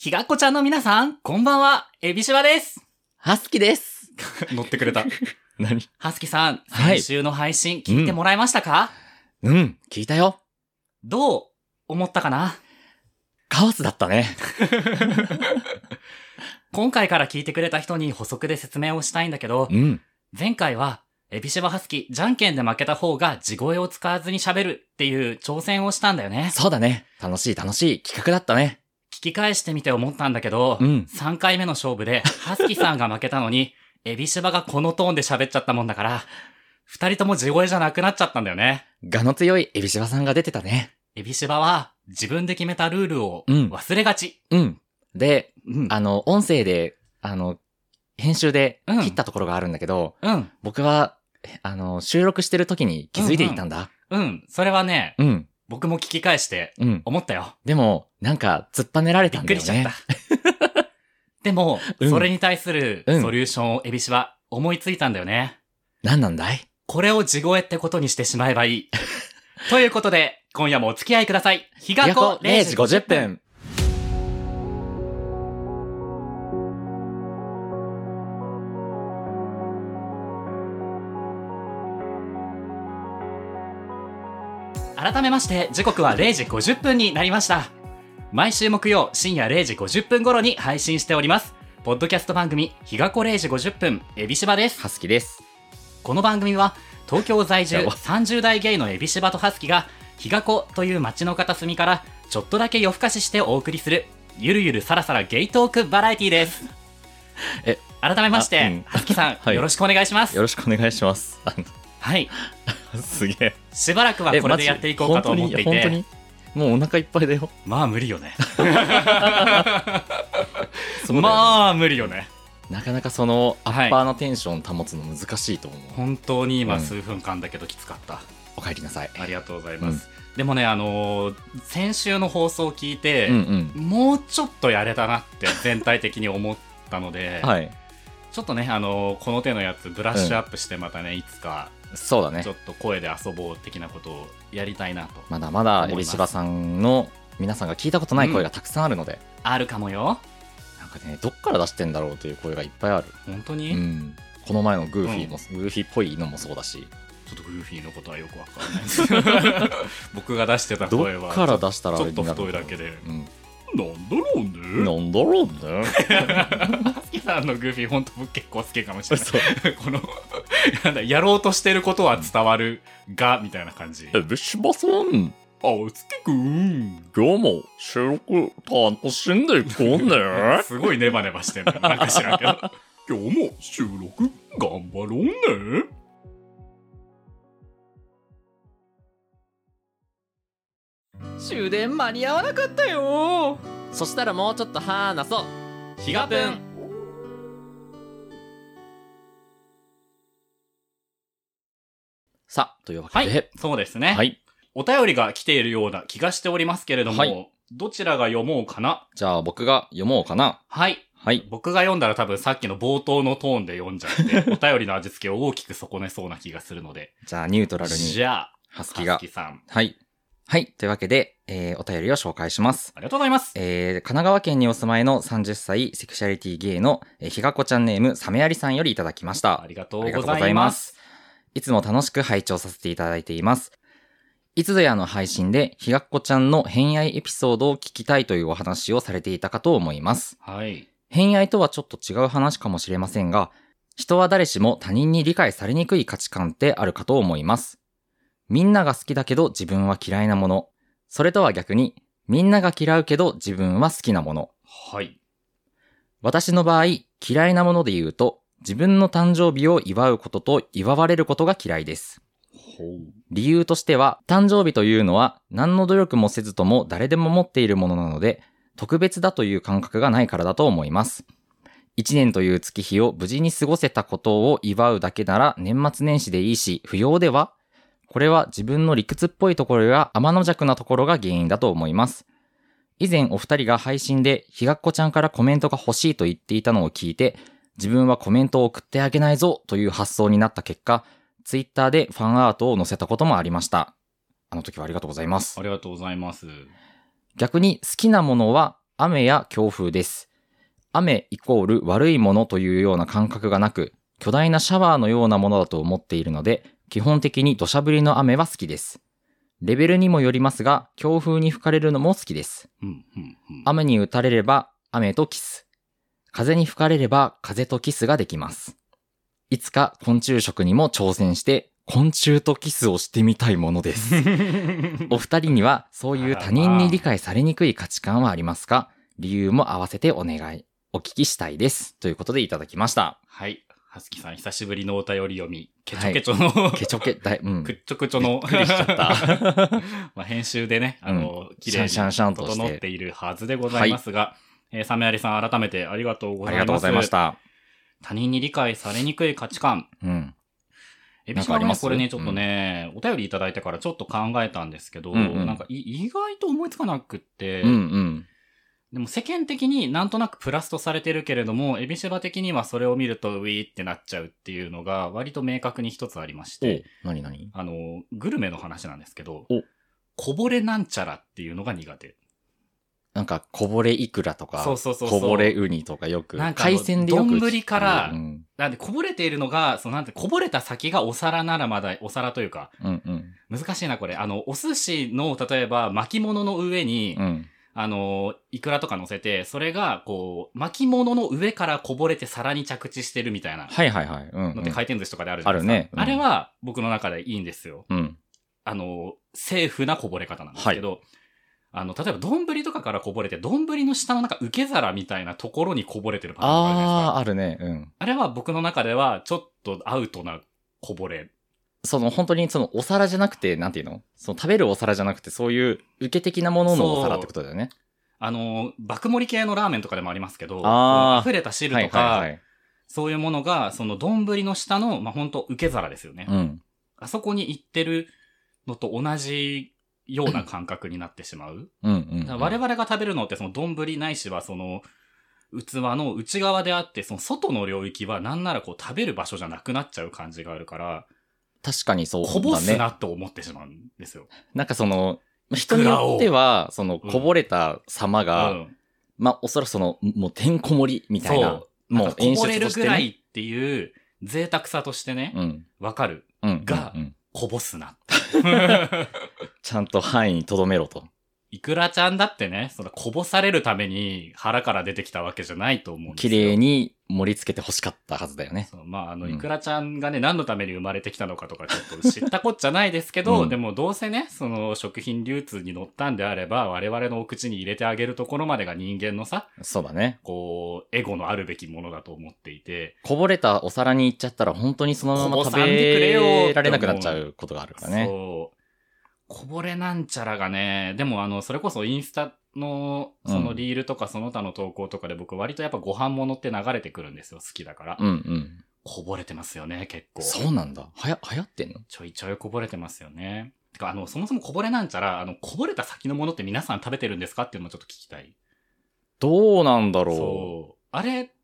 ひがっこちゃんの皆さん、こんばんは、エビシバです。 はすきです。 乗ってくれた。 何？ はすきさん、先週の配信聞いてもらえましたか？ 聞いたよ。 どう思ったかな？ カオスだったね。 今回から聞いてくれた人に補足で説明をしたいんだけど、前回は、エビシバはすき、じゃんけんで負けた方が地声を使わずに喋るっていう挑戦をしたんだよね。 そうだね。楽しい企画だったね。 聞き返してみて思ったんだけど、3回目の勝負で、はすきさんが負けたのに、エビシバがこのトーンで喋っちゃったもんだから、2人とも地声じゃなくなっちゃったんだよね。 我の強いエビシバさんが出てたね。 エビシバは自分で決めたルールを忘れがち。 で、音声で、編集で切ったところがあるんだけど、僕は、収録してる時に気づいていたんだ。 それはね、僕も聞き返して思ったよ。 でも、なんか突っぱねられたんだよね。 びっくりしちゃった。でも、それに対するソリューションをエビシバ思いついたんだよね。 何なんだい？ これを地声ってことにしてしまえばいい。ということで、今夜もお付き合いください。ひがこ0時50分。改めまして時刻は0時50分になりました。毎週木曜深夜0時50分頃に配信しておりますポッドキャスト番組ひがこ0時50分エビシバです。 はすきです。 この番組は東京在住30代ゲイのエビシバとはすきがひがこという街の片隅からちょっとだけ夜更かししてお送りするゆるゆるさらさらゲイトークバラエティです。改めましてはすきさん、よろしくお願いします。 よろしくお願いします。 はい。 すげえ。 しばらくはこれでやっていこうかと思っていて。 本当にもうお腹いっぱいだよ。 まあ無理よね。まあ無理よね。 なかなかそのアッパーなテンション保つの難しいと思う。 本当に今数分間だけどきつかった。 お帰りなさい。 ありがとうございます。でもね、先週の放送を聞いて、もうちょっとやれたなって全体的に思ったので、ちょっとね、この手のやつブラッシュアップしてまたね、いつかそうだね、 ちょっと声で遊ぼう的なことをやりたいなと。 まだまだエビシバさんの皆さんが聞いたことない声がたくさんあるので、 あるかもよ。 なんかね、どっから出してんだろうという声がいっぱいある。 本当に、 この前のグーフィーも、グーフィーっぽいのもそうだし、 ちょっとグーフィーのことはよくわからないです僕が出してた声はどっから出したらちょっと太いだけで、なんだろうね。 なんだろうね。 ハスキさんのグーフィー本当僕結構好きかもしれない。このなんだ、やろうとしてることは伝わるがみたいな感じ。 エビシバさん、 青月くん、 今日も収録楽しんでいこうね。 すごいネバネバしてるのなんか知らんけど。今日も収録頑張ろうね。 終電間に合わなかったよ。そしたらもうちょっと話そう。 ひがぷん。 さあ、というわけで、 そうですね。お便りが来ているような気がしておりますけれども、どちらが読もうかな。 じゃあ僕が読もうかな。僕が読んだら多分さっきの冒頭のトーンで読んじゃってお便りの味付けを大きく損ねそうな気がするので、 じゃあニュートラルに、 じゃあはすきが、 さん。 というわけで、お便りを紹介します。 ありがとうございます。 神奈川県にお住まいの30歳セクシャリティゲイの、ひがこちゃんネームサメアリさんよりいただきました。 ありがとうございます。 いつも楽しく拝聴させていただいています。いつぞやの配信でひがこちゃんの偏愛エピソードを聞きたいというお話をされていたかと思います。偏愛とはちょっと違う話かもしれませんが、人は誰しも他人に理解されにくい価値観ってあるかと思います。みんなが好きだけど自分は嫌いなもの。それとは逆に、みんなが嫌うけど自分は好きなもの。私の場合、嫌いなもので言うと、自分の誕生日を祝うことと祝われることが嫌いです。理由としては、誕生日というのは何の努力もせずとも誰でも持っているものなので、特別だという感覚がないからだと思います。1年という月日を無事に過ごせたことを祝うだけなら年末年始でいいし、不要では？これは自分の理屈っぽいところや天の弱なところが原因だと思います。以前お二人が配信でひがっこちゃんからコメントが欲しいと言っていたのを聞いて、自分はコメントを送ってあげないぞという発想になった結果、ツイッターでファンアートを載せたこともありました。あの時はありがとうございます。 ありがとうございます。 逆に好きなものは雨や強風です。雨イコール悪いものというような感覚がなく、巨大なシャワーのようなものだと思っているので、基本的に土砂降りの雨は好きです。レベルにもよりますが、強風に吹かれるのも好きです。雨に打たれれば雨とキス。風に吹かれれば風とキスができます。いつか昆虫食にも挑戦して、昆虫とキスをしてみたいものです。お二人にはそういう他人に理解されにくい価値観はありますか？理由も合わせてお聞きしたいです。ということでいただきました。 はい。はすきさん、久しぶりのお便り読み。ケチョケチョの、はい、 ケチョケ、 くっちょくちょの。 びっくりしちゃった。 まあ編集でね、綺麗に整っているはずでございますが、サメアリさん改めてありがとうございます。 ありがとうございました。 他人に理解されにくい価値観。エビシバはこれね、ちょっとね、お便りいただいてからちょっと考えたんですけど、なんか意外と思いつかなくって、でも世間的になんとなくプラスとされてるけれども、エビシバ的にはそれを見るとウィーってなっちゃうっていうのが割と明確に一つありまして、 何グルメの話なんですけど、こぼれなんちゃらっていうのが苦手。 なんか、こぼれイクラとか、 こぼれウニとかよく、海鮮でよく。 丼から、なんでこぼれているのが、こぼれた先がお皿ならまだ、お皿というか、難しいなこれ。お寿司の、例えば巻物の上に、イクラとか乗せて、それが、こう、巻物の上からこぼれて皿に着地してるみたいな。のって回転寿司とかであるじゃないですか。あれは、僕の中でいいんですよ。セーフなこぼれ方なんですけど、例えば、丼とかからこぼれて、丼の下の受け皿みたいなところにこぼれてるパターンがあるじゃないですか。 あるね。 あれは僕の中では、ちょっとアウトなこぼれ。 本当にお皿じゃなくて、なんていうの？食べるお皿じゃなくて、そういう受け的なもののお皿ってことだよね。 爆盛り系のラーメンとかでもありますけど、溢れた汁とか、そういうものが、丼の下の、本当受け皿ですよね。あそこに行ってるのと同じような感覚になってしまう。我々が食べるのって丼ないしは器の内側であって、外の領域はなんなら食べる場所じゃなくなっちゃう感じがあるから、 確かにそうだね。 こぼすなと思ってしまうんですよ。 なんか人によっては、こぼれた様が、おそらくもうてんこ盛りみたいな、 もうこぼれるぐらいっていう贅沢さとしてね、わかる。が、こぼすな。 ちゃんと範囲に留めろと。 イクラちゃんだってね、こぼされるために腹から出てきたわけじゃないと思うんですよ。 綺麗に盛り付けて欲しかったはずだよね。 イクラちゃんがね、何のために生まれてきたのかとかちょっと知ったこっちゃないですけど、でもどうせね、食品流通に乗ったんであれば、我々のお口に入れてあげるところまでが人間のさ、 そうだね。 エゴのあるべきものだと思っていて。 こぼれたお皿に行っちゃったら本当にそのまま食べられなくなっちゃうことがあるからね。 そう。こぼれなんちゃらがね、でもそれこそインスタの、リールとかその他の投稿とかで僕割とやっぱご飯物って流れてくるんですよ、好きだから。こぼれてますよね、結構。 そうなんだ。流行ってんの？ ちょいちょいこぼれてますよね。てか、そもそもこぼれなんちゃら、こぼれた先のものって皆さん食べてるんですかっていうのをちょっと聞きたい。 どうなんだろう。 そう。あれって、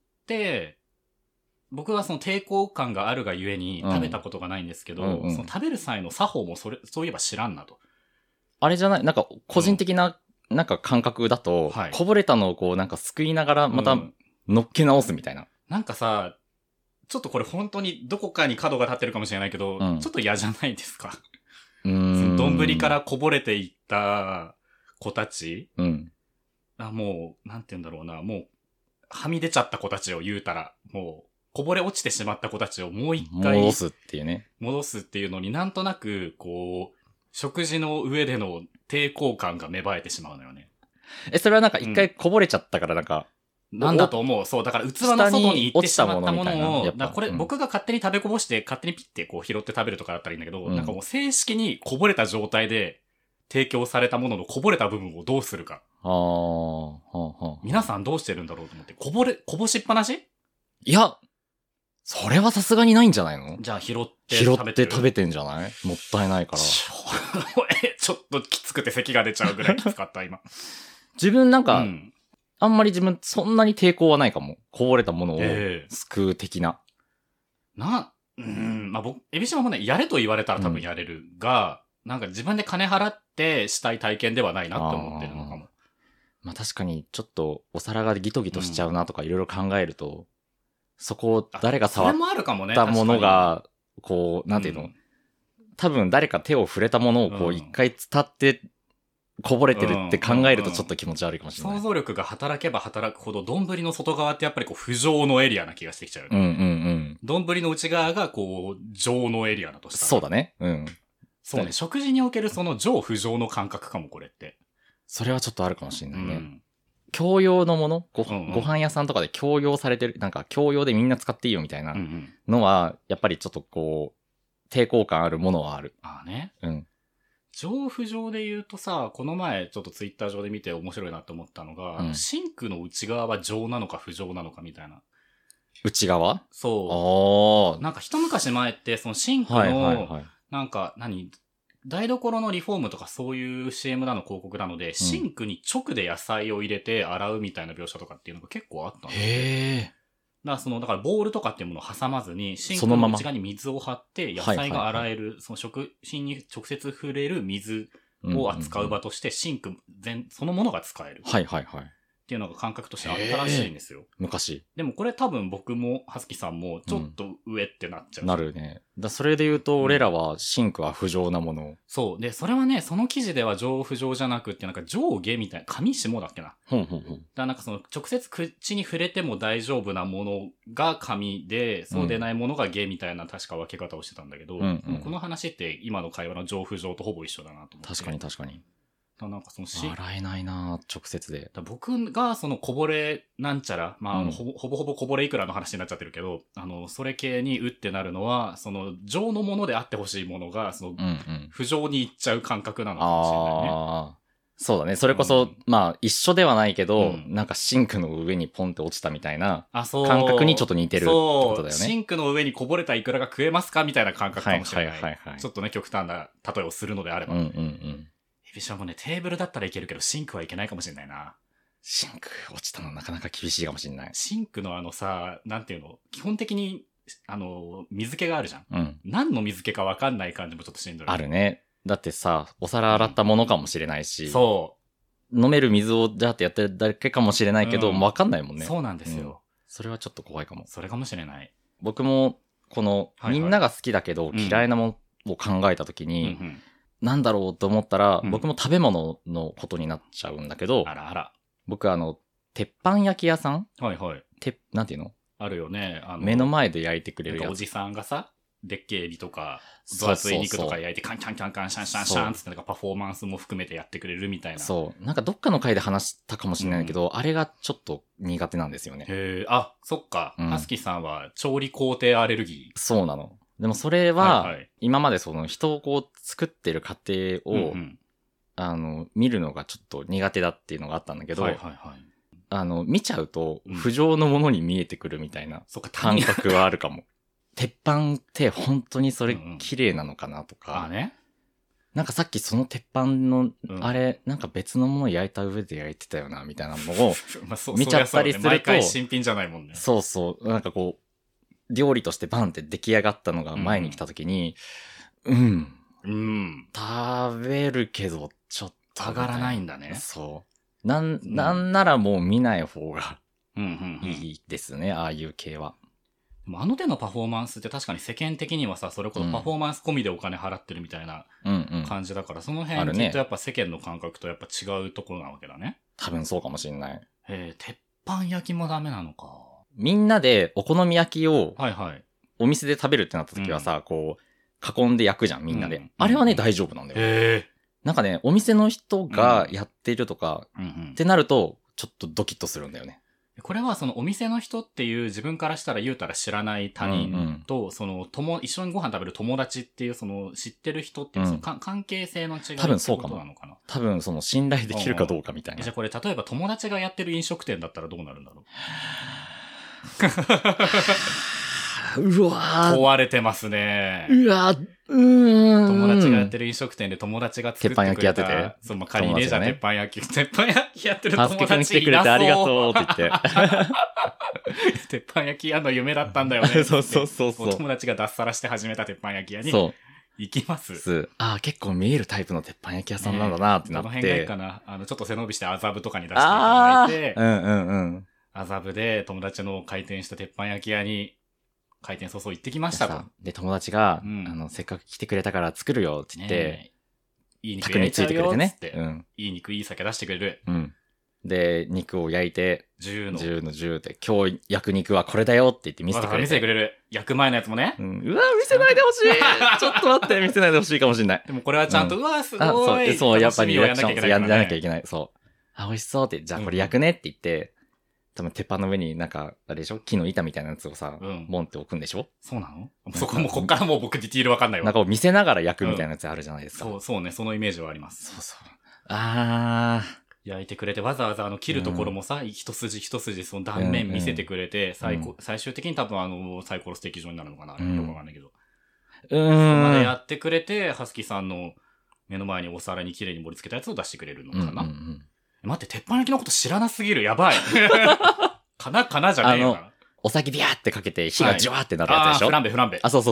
僕は抵抗感があるがゆえに食べたことがないんですけど、食べる際の作法もそういえば知らんなと。 あれじゃない？なんか個人的な、なんか感覚だと、こぼれたのをなんかすくいながらまた乗っけ直すみたいな。 なんかさ、ちょっとこれ本当にどこかに角が立ってるかもしれないけど、ちょっと嫌じゃないですか。丼からこぼれていった子たち、もう、なんて言うんだろうな、もう、はみ出ちゃった子たちを言うたら、もう、こぼれ落ちてしまった子たちをもう一回戻すっていうね。 戻すっていうのになんとなく、食事の上での抵抗感が芽生えてしまうのよね。 それはなんか一回こぼれちゃったからなんか、 なんだと思う。そう、だから器の外に行ってしまったものを、これ僕が勝手に食べこぼして勝手にピッて拾って食べるとかだったらいいんだけど、なんかもう正式にこぼれた状態で提供されたもののこぼれた部分をどうするか。皆さんどうしてるんだろうと思って、こぼしっぱなし？ いや、それはさすがにないんじゃないの？ じゃあ拾って食べてんじゃない？もったいないから。 ちょっときつくて咳が出ちゃうぐらいきつかった、今。 自分なんか、あんまり自分そんなに抵抗はないかも。こぼれたものをすくう的な。 僕、エビシマもね、やれと言われたら多分やれるが、なんか自分で金払ってしたい体験ではないなって思ってるのかも。 まあ確かにちょっとお皿がギトギトしちゃうなとかいろいろ考えると、そこを誰が触ったものが、こう、なんていうの、多分誰か手を触れたものをこう一回伝ってこぼれてるって考えるとちょっと気持ち悪いかもしれない。 想像力が働けば働くほど、丼の外側ってやっぱりこう浮上のエリアな気がしてきちゃう。丼の内側がこう、上のエリアだとしたら。 そうだね。 そうね。食事におけるその上浮上の感覚かも、これって。 それはちょっとあるかもしれないね。共用のもの、ご飯屋さんとかで共用されてる、なんか共用でみんな使っていいよみたいなのは、やっぱりちょっとこう、抵抗感あるものはある。 ああね。上浮上で言うとさ、この前ちょっとツイッター上で見て面白いなと思ったのが、シンクの内側は上なのか浮上なのかみたいな。 内側？ そう。なんか一昔前って、そのシンクの、なんか台所のリフォームとかそういう CM だの広告なので、シンクに直で野菜を入れて洗うみたいな描写とかっていうのが結構あったんですよ。だからボールとかっていうものを挟まずに、シンクの内側に水を張って、野菜が洗える、その食品に直接触れる水を扱う場として、シンクそのものが使える。っていうのが感覚としてあったらしいんですよ。 昔。 でもこれ多分僕も、はすきさんも、ちょっと上ってなっちゃう。 なるね。それで言うと、俺らはシンクは浮上なもの。 そう。で、それはね、その記事では上浮上じゃなくって、なんか上下みたいな、上下だっけな。だからなんかその、直接口に触れても大丈夫なものが上で、そうでないものが下みたいな確か分け方をしてたんだけど、この話って今の会話の上浮上とほぼ一緒だなと思って。 確かに確かに。 なんかその洗えないな直接で。 僕がそのこぼれなんちゃら、まあ、ほぼほぼこぼれいくらの話になっちゃってるけど、それ系にうってなるのは、その上のものであってほしいものが、その、不上に行っちゃう感覚なのかもしれないね。 そうだね。それこそ、まあ、一緒ではないけど、なんかシンクの上にポンって落ちたみたいな感覚にちょっと似てるってことだよね。 シンクの上にこぼれたイクラが食えますかみたいな感覚かもしれない。ちょっとね、極端な例えをするのであれば。エビシバもね、テーブルだったらいけるけど、シンクはいけないかもしれないな。 シンク落ちたのなかなか厳しいかもしれない。 シンクのなんていうの、基本的に、水気があるじゃん。何の水気かわかんない感じもちょっとしんどい。 あるね。だってさ、お皿洗ったものかもしれないし。 そう。 飲める水をじゃってやってるだけかもしれないけど、わかんないもんね。 そうなんですよ。 それはちょっと怖いかも。 それかもしれない。 僕も、この、みんなが好きだけど嫌いなものを考えたときに、なんだろうと思ったら、僕も食べ物のことになっちゃうんだけど、僕鉄板焼き屋さんなんていうのあるよね。 目の前で焼いてくれるやつ。 おじさんがさ、でっけえエビとか、分厚い肉とか焼いてカンカンカンカンシャンシャンシャンつってなんかパフォーマンスも含めてやってくれるみたいな。 そう。なんかどっかの回で話したかもしれないけど、あれがちょっと苦手なんですよね。 へえ、そっか。はすきさんは調理工程アレルギー。 そうなの。でもそれは、今までその人をこう作ってる過程を、見るのがちょっと苦手だっていうのがあったんだけど、見ちゃうと、浮上のものに見えてくるみたいな感覚はあるかも。鉄板って本当にそれ綺麗なのかなとか、なんかさっきその鉄板の、あれ、なんか別のもの焼いた上で焼いてたよな、みたいなのを見ちゃったりすると、 毎回新品じゃないもんね。 そうそう、なんかこう、料理としてバンって出来上がったのが前に来た時に、食べるけど、ちょっと。 上がらないんだね。 そう。なんならもう見ない方がいいですね、ああいう系は。 でも手のパフォーマンスって確かに世間的にはさ、それこそパフォーマンス込みでお金払ってるみたいな感じだから、その辺きっとやっぱ世間の感覚とやっぱ違うところなわけだね。 多分そうかもしんない。 鉄板焼きもダメなのか。 みんなでお好み焼きをお店で食べるってなった時はさ、こう囲んで焼くじゃんみんなで、あれはね大丈夫なんだよ。なんかねお店の人がやってるとかってなるとちょっとドキッとするんだよね。 これはそのお店の人っていう自分からしたら言うたら知らない他人と、その一緒にご飯食べる友達っていうその知ってる人っていうその関係性の違いってことなのかな。 多分その信頼できるかどうかみたいな。 じゃあこれ例えば友達がやってる飲食店だったらどうなるんだろう。 うわ壊れてますね。 うわ友達がやってる飲食店で友達が作ってくれた。 鉄板焼きやってて。 そう、まあ、仮にね、じゃあ鉄板焼きやってる友達いなそう。 助けに来てくれてありがとうって言って。 鉄板焼き屋の夢だったんだよね。 そう。 友達が脱サラして始めた鉄板焼き屋に、 行きます。 ああ、結構見えるタイプの鉄板焼き屋さんなんだなってなって。 どの辺がいいかな。ちょっと背伸びして麻布とかに出していただいて、麻布で友達の開店した鉄板焼き屋に開店早々行ってきましたと。 で、友達が、せっかく来てくれたから作るよって言って、 いい肉焼いちゃうよっつって、いい肉いい酒出してくれる。 で、肉を焼いて、 10の 10で、今日焼く肉はこれだよって言って見せてくれる。 見せてくれる。焼く前のやつもね。 うわ、見せないでほしいちょっと待って、見せないでほしいかもしれない。 でもこれはちゃんと、うわ、すごい。 そう、やっぱりリアクションやらなきゃいけない。そう。あ、美味しそうって、じゃあこれ焼くねって言って、多分鉄板の上になんか、あれでしょ木の板みたいなやつをさ、ボンって置くんでしょそうなのそこも、こっからもう僕ディティールわかんないわ。 なんか見せながら焼くみたいなやつあるじゃないですか。 そうね、そのイメージはあります。 そう。 焼いてくれて、わざわざ切るところもさ、一筋一筋その断面見せてくれて、最終的に多分サイコロステーキ状になるのかな、よくわかんないけど。そこまでやってくれて、ハスキーさんの目の前にお皿に綺麗に盛り付けたやつを出してくれるのかな。待って、鉄板焼きのこと知らなすぎる。やばい。かなじゃねえよな。 お酒ビャーってかけて火がジュワーってなるやつでしょ、 フランベ。 あ、そう。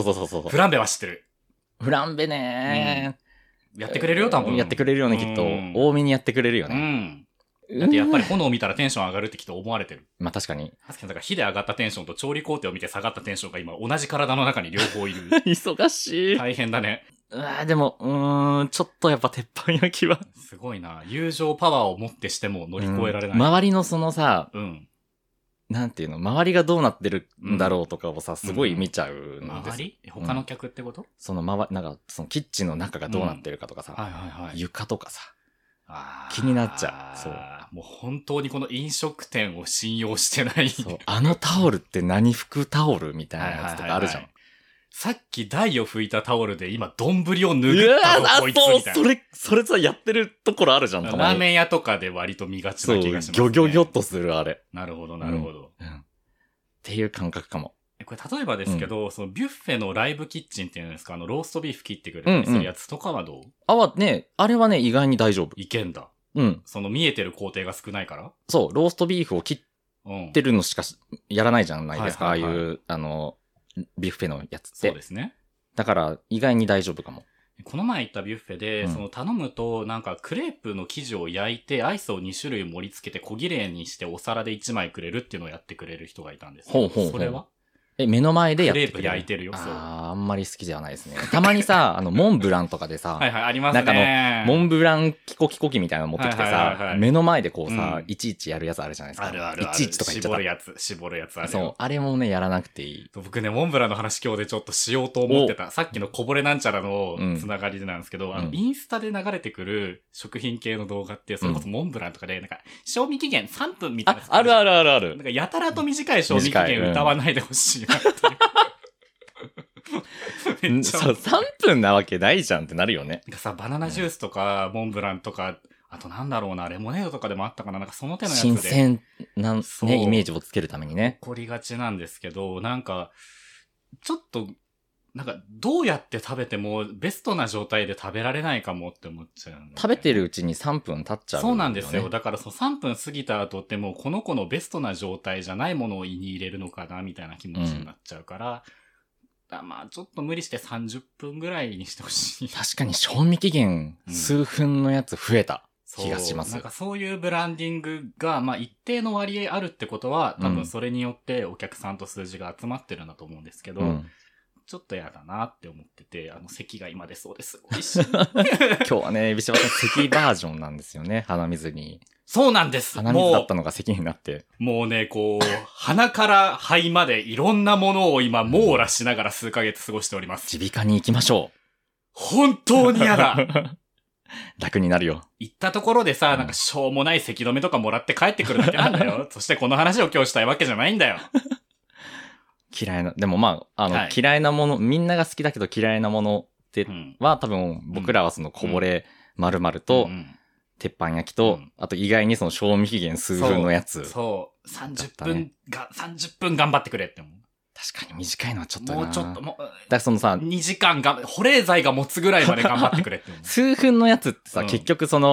フランベは知ってる。 フランベねやってくれるよ、多分。 やってくれるよね、きっと。多めにやってくれるよね。 だってやっぱり炎を見たらテンション上がるってきっと思われてる。 まあ確かに。 ハスキーさんだから火で上がったテンションと調理工程を見て下がったテンションが今同じ体の中に両方いる。 忙しい。 大変だね。 でも、ちょっとやっぱ鉄板焼きは。 すごいな。友情パワーを持ってしても乗り越えられない。 周りのそのさ、なんていうの、周りがどうなってるんだろうとかをさ、すごい見ちゃうんです。 周り他の客ってこと？ そのなんか、そのキッチンの中がどうなってるかとかさ、床とかさ、気になっちゃう。そう。 もう本当にこの飲食店を信用してない。 そう。あのタオルって何拭くタオルみたいなやつとかあるじゃん。 さっき台を拭いたタオルで今丼を拭ったぞこいつみたいな。 それさやってるところあるじゃん。 ラーメン屋とかで割と見がちな気がしますね。 そう、ギョっとするあれ。 なるほど。 っていう感覚かも。 これ例えばですけど、そのビュッフェのライブキッチンっていうんですか、ローストビーフ切ってくれたりするやつとかはどう？ あれはね、意外に大丈夫。 いけんだ。その見えてる工程が少ないから？ そう、ローストビーフを切ってるのしかやらないじゃないですか。ああいう、ビュッフェのやつって。 そうですね。 だから意外に大丈夫かも。 この前行ったビュッフェで、その頼むとなんかクレープの生地を焼いてアイスを2種類盛り付けて小切れにしてお皿で1枚くれるっていうのをやってくれる人がいたんですよ。それは目の前でやってくれる。 クレープ焼いてるよ。 あんまり好きじゃないですね。たまにさ、モンブランとかでさ、 ありますね。 なんかモンブランキコキコ機みたいなの持ってきてさ、目の前でこうさ、いちいちやるやつあるじゃないですか。 ある。 いちいちとか言っちゃった。 絞るやつある。 そう、あれもね、やらなくていい。 僕ね、モンブランの話今日でちょっとしようと思ってた。さっきのこぼれなんちゃらのつながりでなんですけど、インスタで流れてくる食品系の動画って、それこそモンブランとかで、なんか、賞味期限3分みたいな。 ある。 なんか、やたらと短い賞味期限歌わないでほしいなっていう。 そう、3分なわけないじゃんってなるよね。 なんかさ、バナナジュースとか、モンブランとか、あとなんだろうな、レモネードとかでもあったかな、なんかその手のやつで。 新鮮な、ね、イメージをつけるためにね。 起こりがちなんですけど、なんか、ちょっと、なんか、どうやって食べても、ベストな状態で食べられないかもって思っちゃう、ね。 食べてるうちに3分経っちゃう、ね。 そうなんですよ。だからその3分過ぎた後ってもう、この子のベストな状態じゃないものを胃に入れるのかな、みたいな気持ちになっちゃうから、まあ、ちょっと無理して30分ぐらいにしてほしい。 確かに賞味期限数分のやつ増えた気がします。 なんかそういうブランディングが、まあ一定の割合あるってことは、多分それによってお客さんと数字が集まってるんだと思うんですけど、ちょっとやだなって思ってて、咳が今出そうです。美味しい。今日はね、ビシバさん咳バージョンなんですよね、鼻水に。 そうなんです。 鼻水だったのが咳になって。 もうね、こう、鼻から肺までいろんなものを今網羅しながら数ヶ月過ごしております。 耳鼻科に行きましょう。 本当に嫌だ。 楽になるよ。 行ったところでさ、なんかしょうもない咳止めとかもらって帰ってくるだけなんだよ。そしてこの話を今日したいわけじゃないんだよ。 嫌いな、でもまあ、嫌いなもの、みんなが好きだけど嫌いなものっては、多分僕らはそのこぼれ〇〇と、鉄板焼きと、あと意外にその賞味期限数分のやつ。 そう。30分頑張ってくれって思う。 確かに短いのはちょっとな。 もうちょっと、だからそのさ、 2時間保冷剤が持つぐらいまで頑張ってくれって思う。 数分のやつってさ、結局その、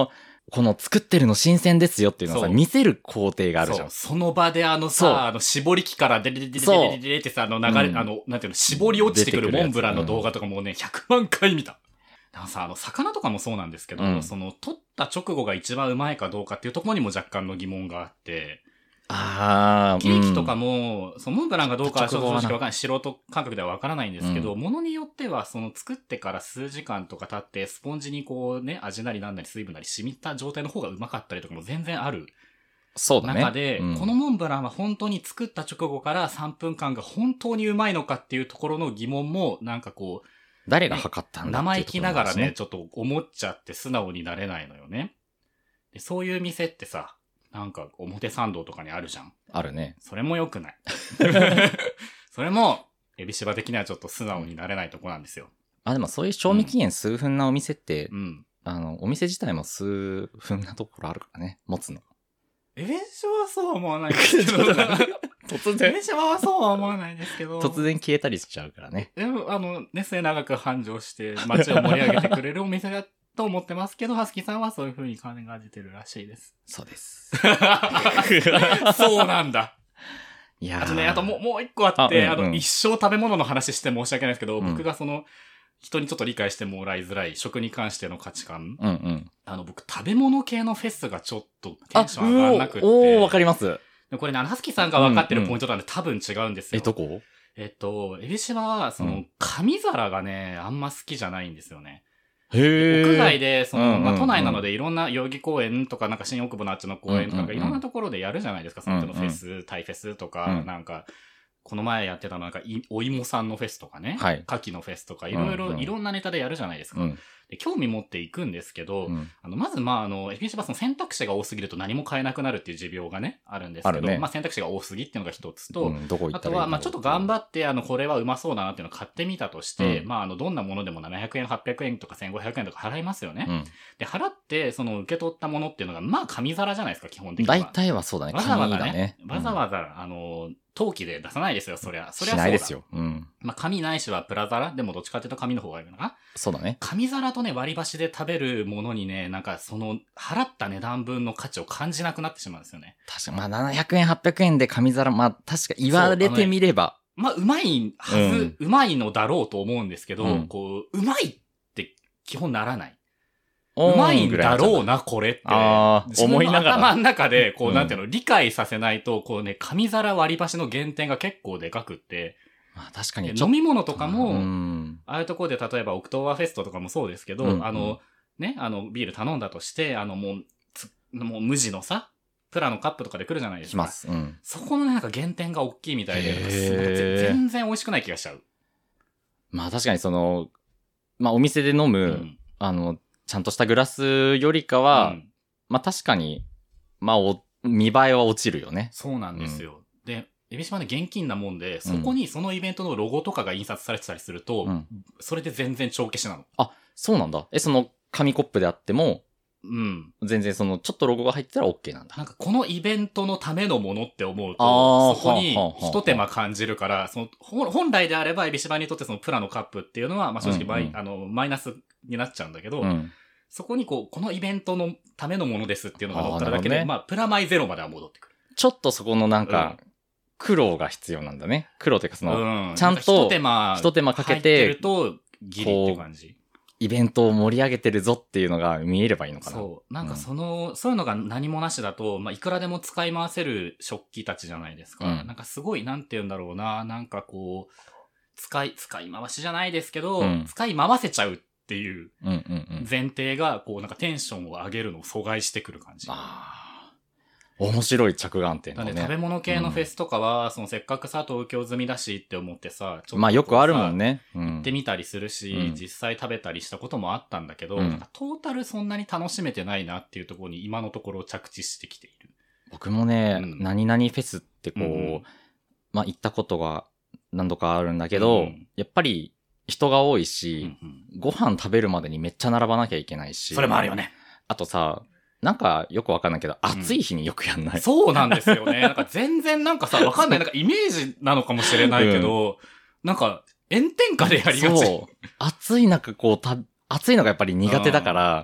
この作ってるの新鮮ですよっていうのをさ、見せる工程があるじゃん。 その場で絞り機からデレデレデレデレデレってさ、流れ、なんていうの、絞り落ちてくるモンブランの動画とかもね、100万回見た。だからさ、魚とかもそうなんですけど、取った直後が一番うまいかどうかっていうところにも若干の疑問があって、ケーキとかも、モンブランがどうかは正直わかんない。素人感覚ではわからないんですけど、ものによっては、作ってから数時間とか経って、スポンジにこうね、味なりなんなり水分なり染みた状態の方がうまかったりとかも全然ある。 そうだね。 中で、このモンブランは本当に作った直後から3分間が本当にうまいのかっていうところの疑問も、なんかこう、 誰が測ったんだ生意気ながらね、ちょっと思っちゃって素直になれないのよね。でそういう店ってさ、なんか表参道とかにあるじゃん。 あるね。 それも良くない。それも、エビシバ的にはちょっと素直になれないとこなんですよ。 でもそういう賞味期限数分なお店って、お店自体も数分なところあるからね、持つの。 エビシバはそうは思わないですけど。突然。エビシバはそうは思わないですけど。 突然消えたりしちゃうからね。 でも、末長く繁盛して街を盛り上げてくれるお店だと思ってますけど、ハスキーさんはそういう風に感じてるらしいです。 そうです。 そうなんだ。 いやあともう一個あって、一生食べ物の話して申し訳ないですけど、僕が人にちょっと理解してもらいづらい食に関しての価値観。僕、食べ物系のフェスがちょっとテンション上がらなくって。 わかります。 これね、ハスキーさんが分かってるポイントなんで多分違うんですよ。 どこ？ エビシバは、紙皿がね、あんま好きじゃないんですよね。 へ屋外で、都内なのでいろんな代々木公園とか、なんか新大久保のあっちの公園とか、いろんなところでやるじゃないですか、そのフェス、タイフェスとか、なんか、この前やってたのなんか、お芋さんのフェスとかね、牡蠣のフェスとか、いろんなネタでやるじゃないですか。で興味持っていくんですけど、まずエビシバ選択肢が多すぎると何も買えなくなるっていう持病がね、あるんですけど、選択肢が多すぎっていうのが一つと、あとは、ちょっと頑張って、これはうまそうだなっていうのを買ってみたとして、どんなものでも700円、800円とか1500円とか払いますよね。で、払って、受け取ったものっていうのが、紙皿じゃないですか、基本的には。 大体はそうだね、 わざわざね、わざわざ、陶器で出さないですよ、そりゃそうだ。しないですよ。 紙ないしはプラ皿でもどっちかっていうと紙の方がいいのかな。 そうだね。 紙皿とね、割り箸で食べるものにね、なんか払った値段分の価値を感じなくなってしまうんですよね。 確かに、700円、800円で紙皿、確か言われてみれば。 うまいはず、うまいのだろうと思うんですけど、うまいって基本ならない。うまいんだろうな、これって。自分の頭の中で、なんていうの、理解させないと、紙皿割り箸の減点が結構でかくって、 確かに。 飲み物とかも、ああいうところで例えばオクトーバーフェストとかもそうですけど、ビール頼んだとして、もう無地のさ、プラのカップとかで来るじゃないですか。 来ます。 そこのね、なんか減点が大きいみたいで、全然美味しくない気がしちゃう。 確かにお店で飲む、ちゃんとしたグラスよりかは、確かに、見栄えは落ちるよね。 そうなんですよ。で、エビシバね、現金なもんで、そこにそのイベントのロゴとかが印刷されてたりすると、それで全然帳消しなの。 あ、そうなんだ。紙コップであっても、全然ちょっとロゴが入ってたら OK なんだ。 なんかこのイベントのためのものって思うと、そこに一手間感じるから、本来であればエビシバにとってプラのカップっていうのは、正直マイナスになっちゃうんだけど、そこにこのイベントのためのものですっていうのが載っただけで、プラマイゼロまでは戻ってくる。 ちょっとそこのなんか、苦労が必要なんだね。苦労っていうかちゃんと一手間かけてるとギリって感じ。 イベントを盛り上げてるぞっていうのが見えればいいのかな。 そう。なんかそういうのが何もなしだと、いくらでも使い回せる食器たちじゃないですか。なんかすごい、なんて言うんだろうな。なんか使い回しじゃないですけど、使い回せちゃうっていう前提が、なんかテンションを上げるのを阻害してくる感じ。 面白い着眼点だね。 食べ物系のフェスとかは、せっかくさ、東京済みだしって思ってさ、ちょっとよくあるもんね。 行ってみたりするし、実際食べたりしたこともあったんだけど、なんかトータルそんなに楽しめてないなっていうところに今のところ着地してきている。 僕もね、何々フェスって行ったことが何度かあるんだけど、やっぱり人が多いし、ご飯食べるまでにめっちゃ並ばなきゃいけないし。 それもあるよね。 あとさ、なんかよくわかんないけど、暑い日によくやんない。 そうなんですよね。なんか全然なんかさ、わかんない。なんかイメージなのかもしれないけど、なんか炎天下でやりがち。 そう。暑い中暑いのがやっぱり苦手だから、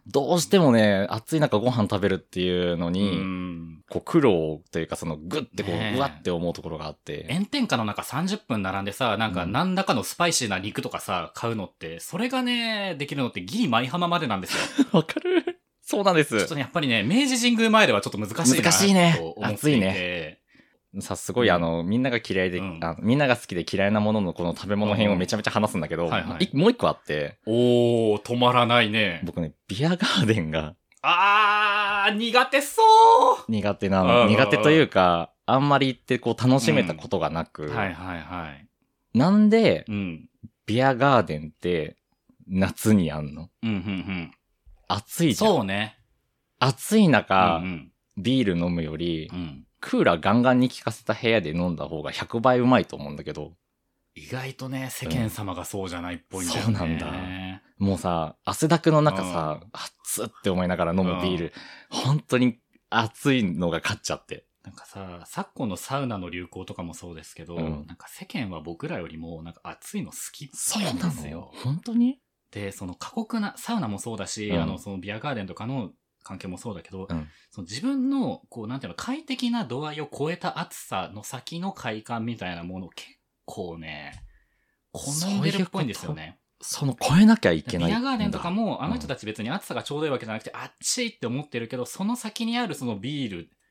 どうしてもね、暑い中ご飯食べるっていうのに、こう苦労というか、そのグッてこう、うわって思うところがあって。 炎天下の中30分並んでさ、なんか何らかのスパイシーな肉とかさ、買うのって、それがね、できるのってギリ舞浜までなんですよ。 わかる。そうなんです。 ちょっとね、やっぱりね、明治神宮前ではちょっと難しいな難しいね。 と思っていて。暑いね。 さ、すごいみんなが嫌いで、みんなが好きで嫌いなもののこの食べ物編をめちゃめちゃ話すんだけど、もう一個あって。 止まらないね。 僕ね、ビアガーデンが。 苦手そう苦手というか、あんまり行ってこう楽しめたことがなく。なんで、ビアガーデンって夏にあんの？暑いじゃん。 そうね。 暑い中、ビール飲むより、クーラーガンガンに効かせた部屋で飲んだ方が100倍うまいと思うんだけど。 意外とね、世間様がそうじゃないっぽいんだよね。そうなんだ。 もうさ、汗だくの中さ、熱って思いながら飲むビール、本当に熱いのが勝っちゃって。 なんかさ、昨今のサウナの流行とかもそうですけど、なんか世間は僕らよりもなんか熱いの好きっぽいんですよ。 本当に？ で、その過酷な、サウナもそうだし、そのビアガーデンとかの関係もそうだけど、その自分の、こう、なんていうの、快適な度合いを超えた暑さの先の快感みたいなものを結構ね、好んでるっぽいんですよね。 その超えなきゃいけない。 ビアガーデンとかも、あの人たち別に暑さがちょうどいいわけじゃなくて、暑いって思ってるけど、その先にあるそのビール。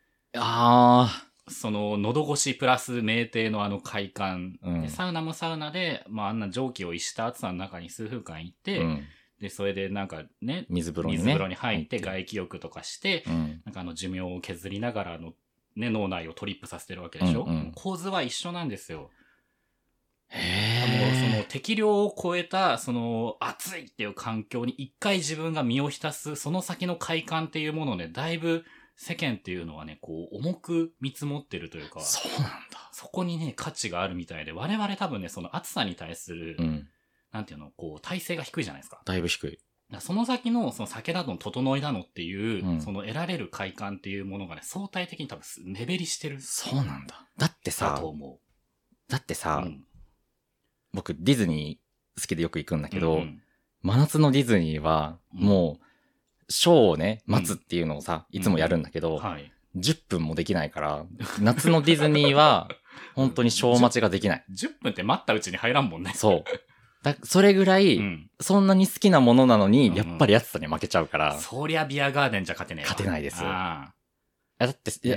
その、喉越しプラス酩酊のあの快感。でサウナもサウナで、まああんな蒸気を逸した暑さの中に数分間いて、で、それでなんかね、 水風呂に入って外気浴とかして、なんか寿命を削りながらの、ね、脳内をトリップさせてるわけでしょ、構図は一緒なんですよ。もうその適量を超えた、その暑いっていう環境に一回自分が身を浸す、その先の快感っていうものをね、だいぶ世間っていうのはね、こう重く見積もってるというか、 そうなんだ。 そこにね、価値があるみたいで、我々多分ね、その暑さに対する、なんていうの、こう、耐性が低いじゃないですか。 だいぶ低い。 その先の、その酒などの整いなのっていう、その得られる快感っていうものがね、相対的に多分、目減りしてる。 そうなんだ。だってさ、 だと思う。 だってさ、僕、ディズニー好きでよく行くんだけど、真夏のディズニーは、もう、ショーをね、待つっていうのをさ、いつもやるんだけど、10分もできないから、夏のディズニーは、本当にショー待ちができない。 10分って待ったうちに入らんもんね。 そう。それぐらい、そんなに好きなものなのに、やっぱり暑さに負けちゃうから。 そりゃビアガーデンじゃ勝てねえわ。 勝てないです。だって、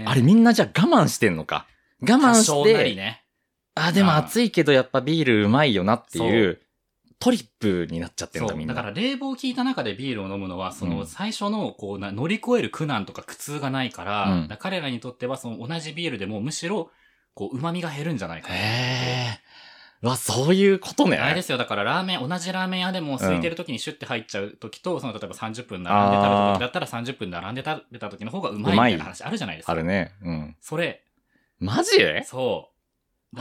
あれみんなじゃあ我慢してんのか。我慢して。多少なりね。でも暑いけどやっぱビールうまいよなっていう、トリップになっちゃってるんだみんな。 だから冷房効いた中でビールを飲むのは、その最初のこう乗り越える苦難とか苦痛がないから、彼らにとってはその同じビールでもむしろ、こう旨味が減るんじゃないかな。 そういうことね。 あれですよ。だから同じラーメン屋でも空いてる時にシュッて入っちゃう時と、その例えば30分並んで食べた時だったら30分並んで食べた時の方がうまいみたいな話あるじゃないですか。 あるね。 それ。 マジ？ そう。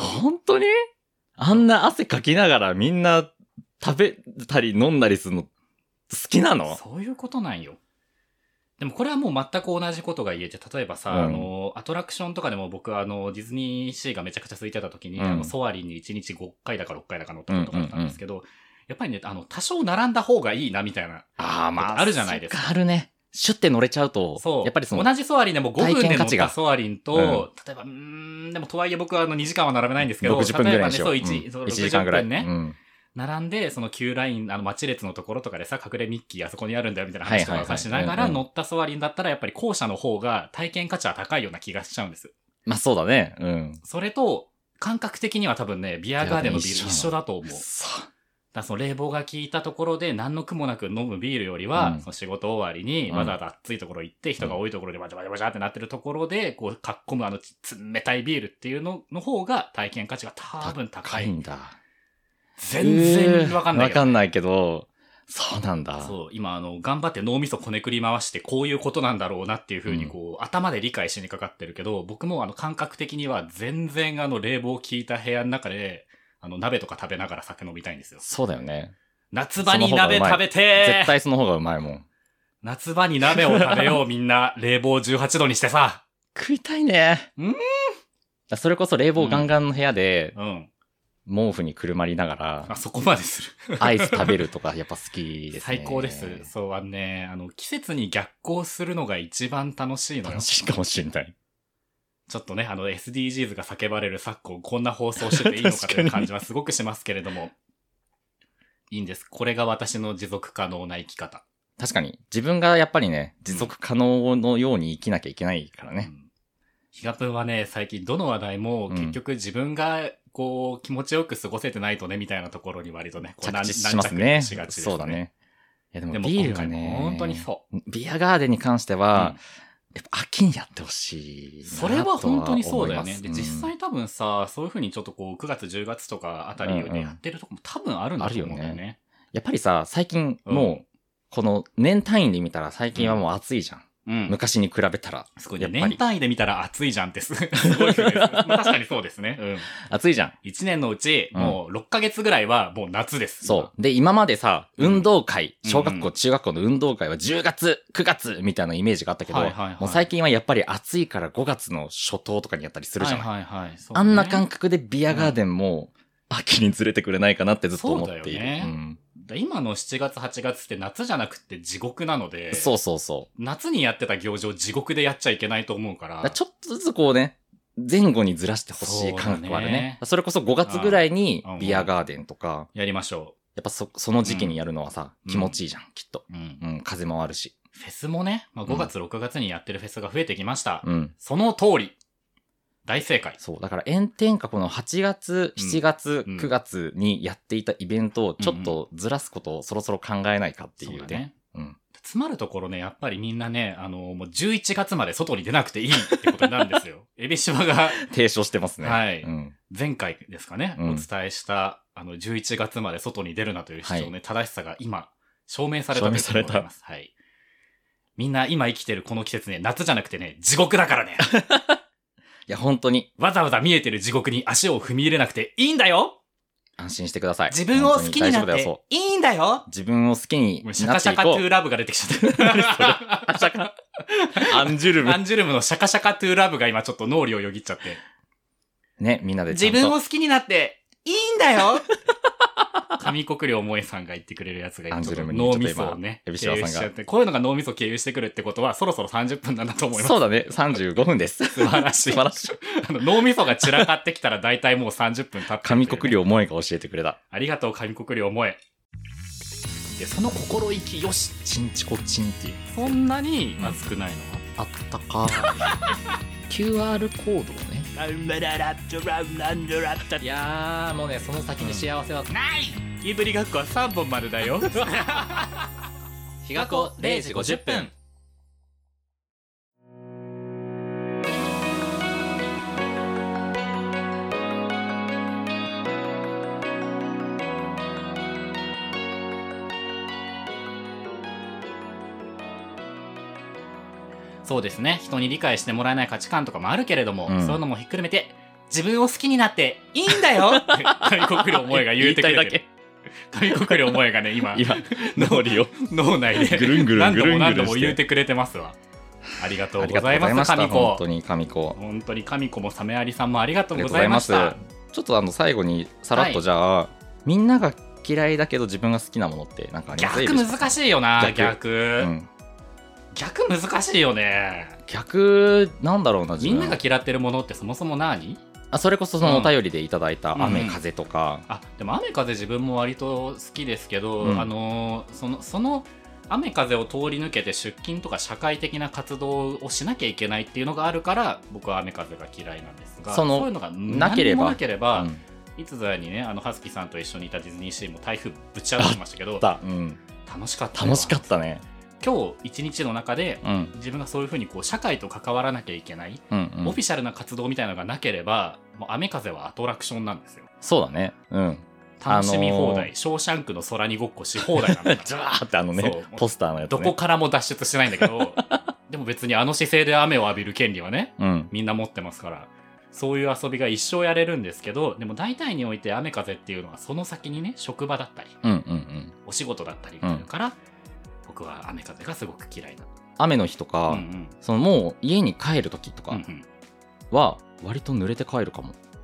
本当に？あんな汗かきながらみんな食べたり飲んだりするの好きなの？ そういうことなんよ。でもこれはもう全く同じことが言えて、例えばさ、アトラクションとかでも僕ディズニーシーがめちゃくちゃ空いてた時に、ソアリンに1日5回だか6回だか乗ったことがあったんですけど、やっぱりね、多少並んだ方がいいなみたいな。あるじゃないですか。 あるね。シュッて乗れちゃうと、 そう。 やっぱりその、 同じソアリンでも5分で乗ったソアリンと、例えば、でもとはいえ僕は2時間は並べないんですけど、 60分ぐらいにしよう。 例えばね、そう、1時間ぐらいね。並んで、その旧ライン、待ち列のところとかでさ、隠れミッキーあそこにあるんだよみたいな話とかしながら乗ったソアリンだったら、やっぱり後者の方が体験価値は高いような気がしちゃうんです。 まあそうだね。 それと、感覚的には多分ね、ビアガーデンのビール一緒だと思う。だその冷房が効いたところで何の苦もなく飲むビールよりは、その仕事終わりにわざわざ暑いところ行って人が多いところでバチャバチャバチャってなってるところで、こう、かっこむ冷たいビールっていうの方が体験価値が多分高い。 高いんだ。 全然わかんない。 わかんないけど、そうなんだ。 そう、今頑張って脳みそこねくり回してこういうことなんだろうなっていう風にこう、頭で理解しにかかってるけど、僕も感覚的には全然冷房効いた部屋の中で、鍋とか食べながら酒飲みたいんですよ。 そうだよね。 夏場に鍋食べて絶対その方がうまいもん。 夏場に鍋を食べようみんな、冷房18度にしてさ。 食いたいね。それこそ冷房ガンガンの部屋で、 毛布にくるまりながら、 そこまでする。 アイス食べるとかやっぱ好きですね。 最高です。そう、季節に逆行するのが一番楽しいのよ。 楽しいかもしれない。 ちょっとね、SDGs が叫ばれる昨今、こんな放送してていいのかという感じはすごくしますけれども。いいんです。これが私の持続可能な生き方。 確かに。自分がやっぱりね、持続可能のように生きなきゃいけないからね。 ひがぷんはね、最近どの話題も結局自分がこう気持ちよく過ごせてないとね、みたいなところに割とね、 着地しますね。 しがちですね。 そうだね。いやでもビールはね、 本当にそう。 ビアガーデンに関しては、やっぱ秋にやってほしい。 それは本当にそうだよね。で、実際多分さ、そういう風にちょっとこう9月10月とかあたりでやってるとこも多分あるんだと思うんだよね。 やっぱりさ、最近もう、この年単位で見たら最近はもう暑いじゃん。昔に比べたら。 すごいね。年単位で見たら暑いじゃんってすごいですね。確かにそうですね。 暑いじゃん。 1年のうち、もう6ヶ月ぐらいはもう夏です。 そう。で、今までさ、運動会、小学校、中学校の運動会は10月、9月みたいなイメージがあったけど、もう最近はやっぱり暑いから5月の初頭とかにやったりするじゃない。あんな感覚でビアガーデンも秋にずれてくれないかなってずっと思っている。 今の7月8月って夏じゃなくて地獄なので、 そうそうそう。 夏にやってた行事を地獄でやっちゃいけないと思うから。 ちょっとずつこうね、前後にずらしてほしい感覚はあるね。それこそ5月ぐらいにビアガーデンとか。 やりましょう。 やっぱその時期にやるのはさ、気持ちいいじゃん、きっと。風もあるし。 フェスもね、5月6月にやってるフェスが増えてきました。その通り。大正解。 そう。だから炎天下この8月、7月、9月にやっていたイベントをちょっとずらすことをそろそろ考えないかっていうね。 詰まるところね、やっぱりみんなね、もう11月まで外に出なくていいってことになるんですよ。エビシバが。 提唱してますね。 はい。前回ですかね、お伝えした、11月まで外に出るなという主張ね、正しさが今、証明されたと思います。はい。みんな今生きてるこの季節ね、夏じゃなくてね、地獄だからね。 いや、本当に。 わざわざ見えてる地獄に足を踏み入れなくていいんだよ。 安心してください。 自分を好きになっていいんだよ。 自分を好きになっていこう。 シャカシャカトゥーラブが出てきちゃった。 アンジュルム。 アンジュルムのシャカシャカトゥーラブが今ちょっと脳裏をよぎっちゃって。 ね、みんなで自分を好きになっていいんだよ。上国領萌さんが言ってくれるやつがアンジュルムに脳みそをね、 エビシバさんが。 こういうのが脳みそを経由してくるってことは、そろそろ30分なんだと思います。 そうだね、35分です。 素晴らしい。 素晴らしい。 脳みそが散らかってきたら大体もう30分経ってる、 上国領萌が教えてくれた。 ありがとう、上国領萌。で、その心意気よし。 チンチコチンっていう。 そんなに熱くないのあったかQR コードをね。いやー、もうね、その先に幸せはない。いぶりがっこは3本までだよ。 日が子0時50分。 そうですね。人に理解してもらえない価値観とかもあるけれども、そういうのもひっくるめて、自分を好きになっていいんだよ。上国領萌が言うてくれてる。上国領萌がね、今脳内でぐるんぐるんぐるんぐるん何度も言うてくれてますわ。ありがとうございます、神子。 本当に神子。 本当に神子もサメアリさんもありがとうございました。 ちょっと最後にさらっとじゃあ、みんなが嫌いだけど自分が好きなものってなんかあります？ 逆難しいよな、逆難しいよね。 逆なんだろうな。 みんなが嫌ってるものってそもそも何？ それこそそのお便りでいただいた雨風とか、 でも雨風自分も割と好きですけど、その雨風を通り抜けて出勤とか社会的な活動をしなきゃいけないっていうのがあるから僕は雨風が嫌いなんですが、そういうのがなければいつぞやにね、ハスキーさんと一緒にいたディズニーシーも台風ぶち当たりましたけど、楽しかったね。今日一日の中で、自分がそういうふうにこう社会と関わらなきゃいけない、オフィシャルな活動みたいなのがなければ、もう雨風はアトラクションなんですよ。 そうだね。 楽しみ放題、ショーシャンクの空にごっこし放題なんだから。 ジャーってポスターのやつ、 どこからも脱出してないんだけど、でも別に姿勢で雨を浴びる権利はね、みんな持ってますから、そういう遊びが一生やれるんですけど、でも大体において雨風っていうのはその先にね、職場だったり、お仕事だったりがあるから、僕は雨風がすごく嫌いな。 雨の日とか、もう家に帰る時とかは割と濡れて帰るかも。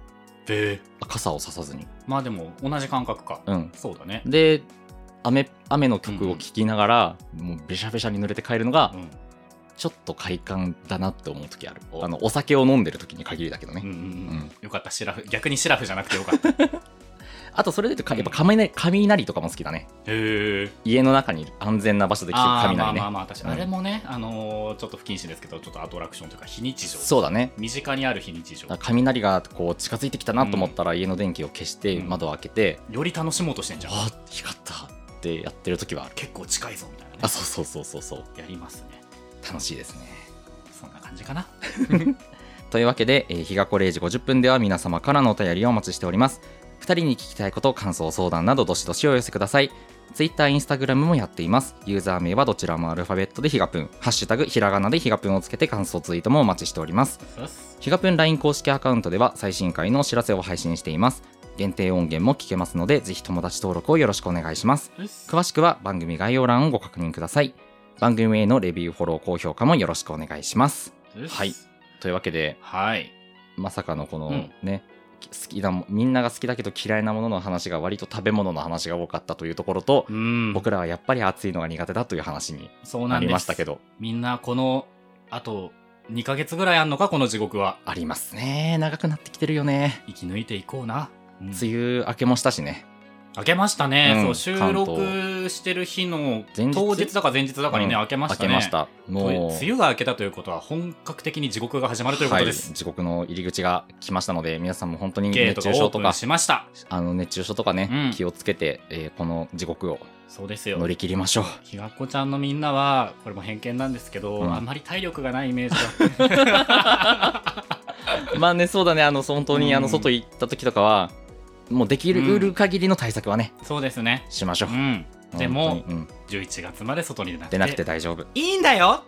傘をささずに。 まあでも同じ感覚か。 うん。 そうだね。 で、雨の曲を聴きながら、もうべしゃべしゃに濡れて帰るのが、ちょっと快感だなって思う時ある。お酒を飲んでる時に限りだけどね。 よかった、逆にシラフじゃなくてよかった。 あとそれで言うとやっぱ雷とかも好きだね。家の中に安全な場所で聞く雷ね。 確かにあれもね、ちょっと不謹慎ですけど、ちょっとアトラクションというか非日常。 そうだね。 身近にある非日常。 雷がこう近づいてきたなと思ったら、家の電気を消して窓を開けて、 より楽しもうとしてんじゃん。 あ、光ったってやってる時はある。 結構近いぞみたいなね。 あ、そうやりますね。 楽しいですね。 そんな感じかな。 というわけで、日がこ0時50分では皆様からのお便りをお待ちしております。2人に聞きたいこと、感想、相談などどしどしお寄せください。Twitter、Instagram もやっています。ユーザー名はどちらもアルファベットでひがぷん、ハッシュタグひらがなでひがぷんをつけて感想ツイートもお待ちしております。ひがぷん LINE 公式アカウントでは最新回のお知らせを配信しています。限定音源も聞けますので、ぜひ友達登録をよろしくお願いします。詳しくは番組概要欄をご確認ください。番組へのレビュー、フォロー、高評価もよろしくお願いします。はい。というわけで、まさかのこのね、好きなみんなが好きだけど嫌いなものの話が割と食べ物の話が多かったというところと、僕らはやっぱり暑いのが苦手だという話になりましたけど、 みんなこのあと2ヶ月ぐらいあんのか、この地獄は。 ありますね。長くなってきてるよね。 生き抜いていこうな。 梅雨明けもしたしね。 明けましたね。そう、収録してる日の当日だか前日だかにね、明けましたね。 明けました。 もう梅雨が明けたということは本格的に地獄が始まるということです。 地獄の入り口が来ましたので、皆さんも本当に熱中症とか熱中症とかね、気をつけて、この地獄を乗り切りましょう。 ひがっこちゃんのみんなは、これも偏見なんですけど、あんまり体力がないイメージが。 まあね、そうだね。本当に外行った時とかはもうできる限りの対策はね、 そうですね、 しましょう。でも11月まで外に出なくて大丈夫、 いいんだよ。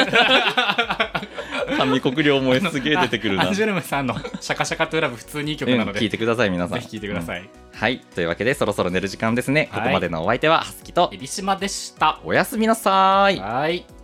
上国領もすげえ出てくるな。 アンジュルムさんのシャカシャカトゥーラブ、普通にいい曲なので、 聞いてください皆さん。 ぜひ聞いてください。 はい、というわけでそろそろ寝る時間ですね。ここまでのお相手ははすきと海老島でした。 おやすみなさい。 はい。